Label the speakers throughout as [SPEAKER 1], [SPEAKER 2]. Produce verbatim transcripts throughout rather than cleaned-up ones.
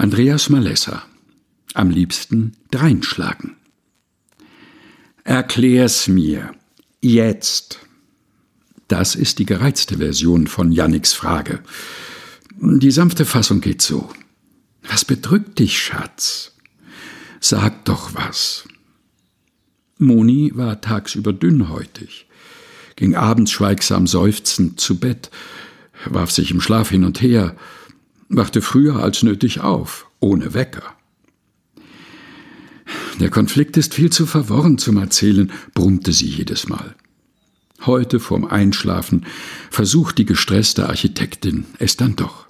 [SPEAKER 1] Andreas Malessa. Am liebsten dreinschlagen. Erklär's mir. Jetzt. Das ist die gereizte Version von Janniks Frage. Die sanfte Fassung geht so. Was bedrückt dich, Schatz? Sag doch was. Moni war tagsüber dünnhäutig, ging abends schweigsam seufzend zu Bett, warf sich im Schlaf hin und her, wachte früher als nötig auf, ohne Wecker. Der Konflikt ist viel zu verworren zum Erzählen, brummte sie jedes Mal. Heute vorm Einschlafen versucht die gestresste Architektin es dann doch.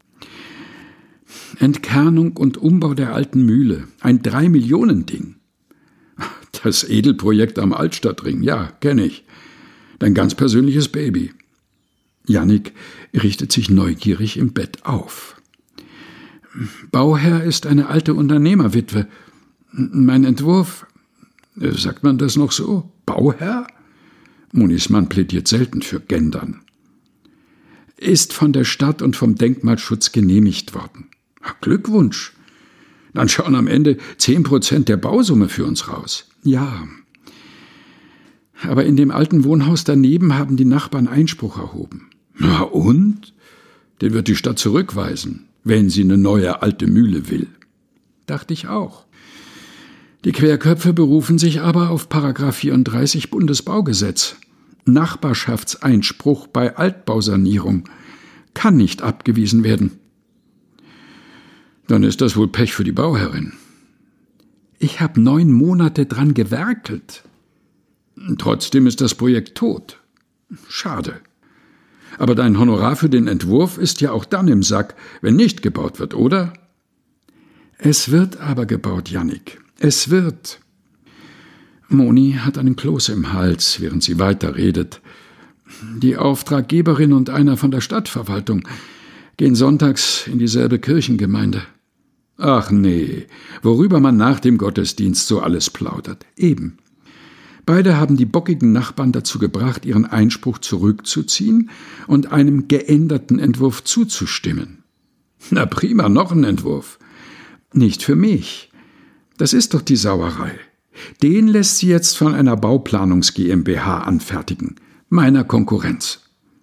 [SPEAKER 1] Entkernung und Umbau der alten Mühle, ein Drei-Millionen-Ding. Das Edelprojekt am Altstadtring, ja, kenne ich. Dein ganz persönliches Baby. Jannik richtet sich neugierig im Bett auf. Bauherr ist eine alte Unternehmerwitwe. Mein Entwurf, sagt man das noch so? Bauherr? Monis Mann plädiert selten für Gendern. Ist von der Stadt und vom Denkmalschutz genehmigt worden. Glückwunsch. Dann schauen am Ende zehn Prozent der Bausumme für uns raus. Ja. Aber in dem alten Wohnhaus daneben haben die Nachbarn Einspruch erhoben. Na und? Den wird die Stadt zurückweisen, wenn sie eine neue alte Mühle will. Dachte ich auch. Die Querköpfe berufen sich aber auf Paragraph vierunddreißig Bundesbaugesetz. Nachbarschaftseinspruch bei Altbausanierung kann nicht abgewiesen werden. Dann ist das wohl Pech für die Bauherrin. Ich habe neun Monate dran gewerkelt. Trotzdem ist das Projekt tot. Schade. Aber dein Honorar für den Entwurf ist ja auch dann im Sack, wenn nicht gebaut wird, oder? Es wird aber gebaut, Jannik. Es wird. Moni hat einen Kloß im Hals, während sie weiterredet. Die Auftraggeberin und einer von der Stadtverwaltung gehen sonntags in dieselbe Kirchengemeinde. Ach nee, worüber man nach dem Gottesdienst so alles plaudert. Eben. Beide haben die bockigen Nachbarn dazu gebracht, ihren Einspruch zurückzuziehen und einem geänderten Entwurf zuzustimmen. Na prima, noch ein Entwurf. Nicht für mich. Das ist doch die Sauerei. Den lässt sie jetzt von einer Bauplanungs GmbH anfertigen, meiner Konkurrenz.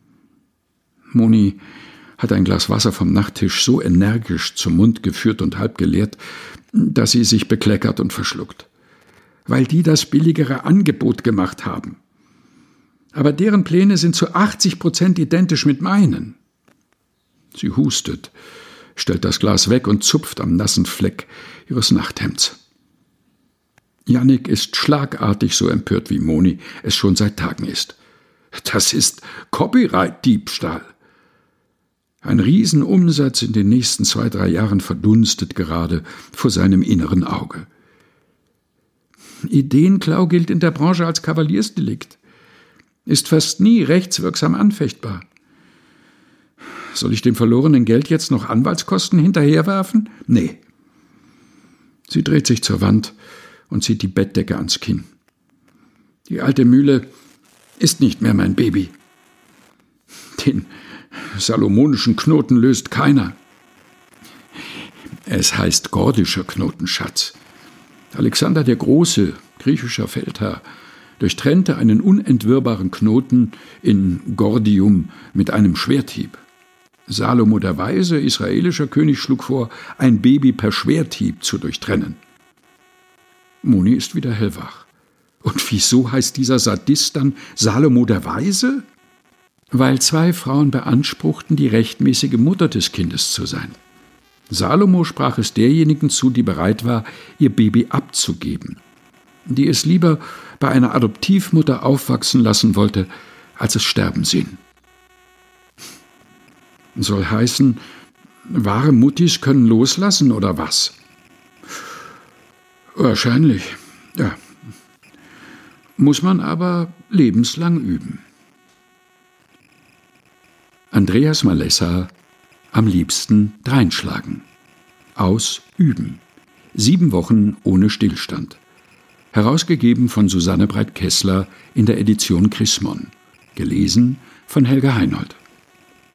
[SPEAKER 1] Moni hat ein Glas Wasser vom Nachttisch so energisch zum Mund geführt und halb geleert, dass sie sich bekleckert und verschluckt. Weil die das billigere Angebot gemacht haben. Aber deren Pläne sind zu achtzig Prozent identisch mit meinen. Sie hustet, stellt das Glas weg und zupft am nassen Fleck ihres Nachthemds. Jannik ist schlagartig so empört, wie Moni es schon seit Tagen ist. Das ist Copyright-Diebstahl. Ein Riesenumsatz in den nächsten zwei, drei Jahren verdunstet gerade vor seinem inneren Auge. Ideenklau gilt in der Branche als Kavaliersdelikt, ist fast nie rechtswirksam anfechtbar. Soll ich dem verlorenen Geld jetzt noch Anwaltskosten hinterherwerfen? Nee. Sie dreht sich zur Wand und zieht die Bettdecke ans Kinn. Die alte Mühle ist nicht mehr mein Baby. Den salomonischen Knoten löst keiner. Es heißt gordischer Knotenschatz. Alexander der Große, griechischer Feldherr, durchtrennte einen unentwirrbaren Knoten in Gordium mit einem Schwerthieb. Salomo der Weise, israelischer König, schlug vor, ein Baby per Schwerthieb zu durchtrennen. Moni ist wieder hellwach. Und wieso heißt dieser Sadist dann Salomo der Weise? Weil zwei Frauen beanspruchten, die rechtmäßige Mutter des Kindes zu sein. Salomo sprach es derjenigen zu, die bereit war, ihr Baby abzugeben, die es lieber bei einer Adoptivmutter aufwachsen lassen wollte, als es sterben sehen. Soll heißen, wahre Muttis können loslassen, oder was? Wahrscheinlich, ja. Muss man aber lebenslang üben. Andreas Malessa. Am liebsten dreinschlagen. Aus Üben. Sieben Wochen ohne Stillstand. Herausgegeben von Susanne Breit-Kessler in der Edition Chrismon. Gelesen von Helga Heinold.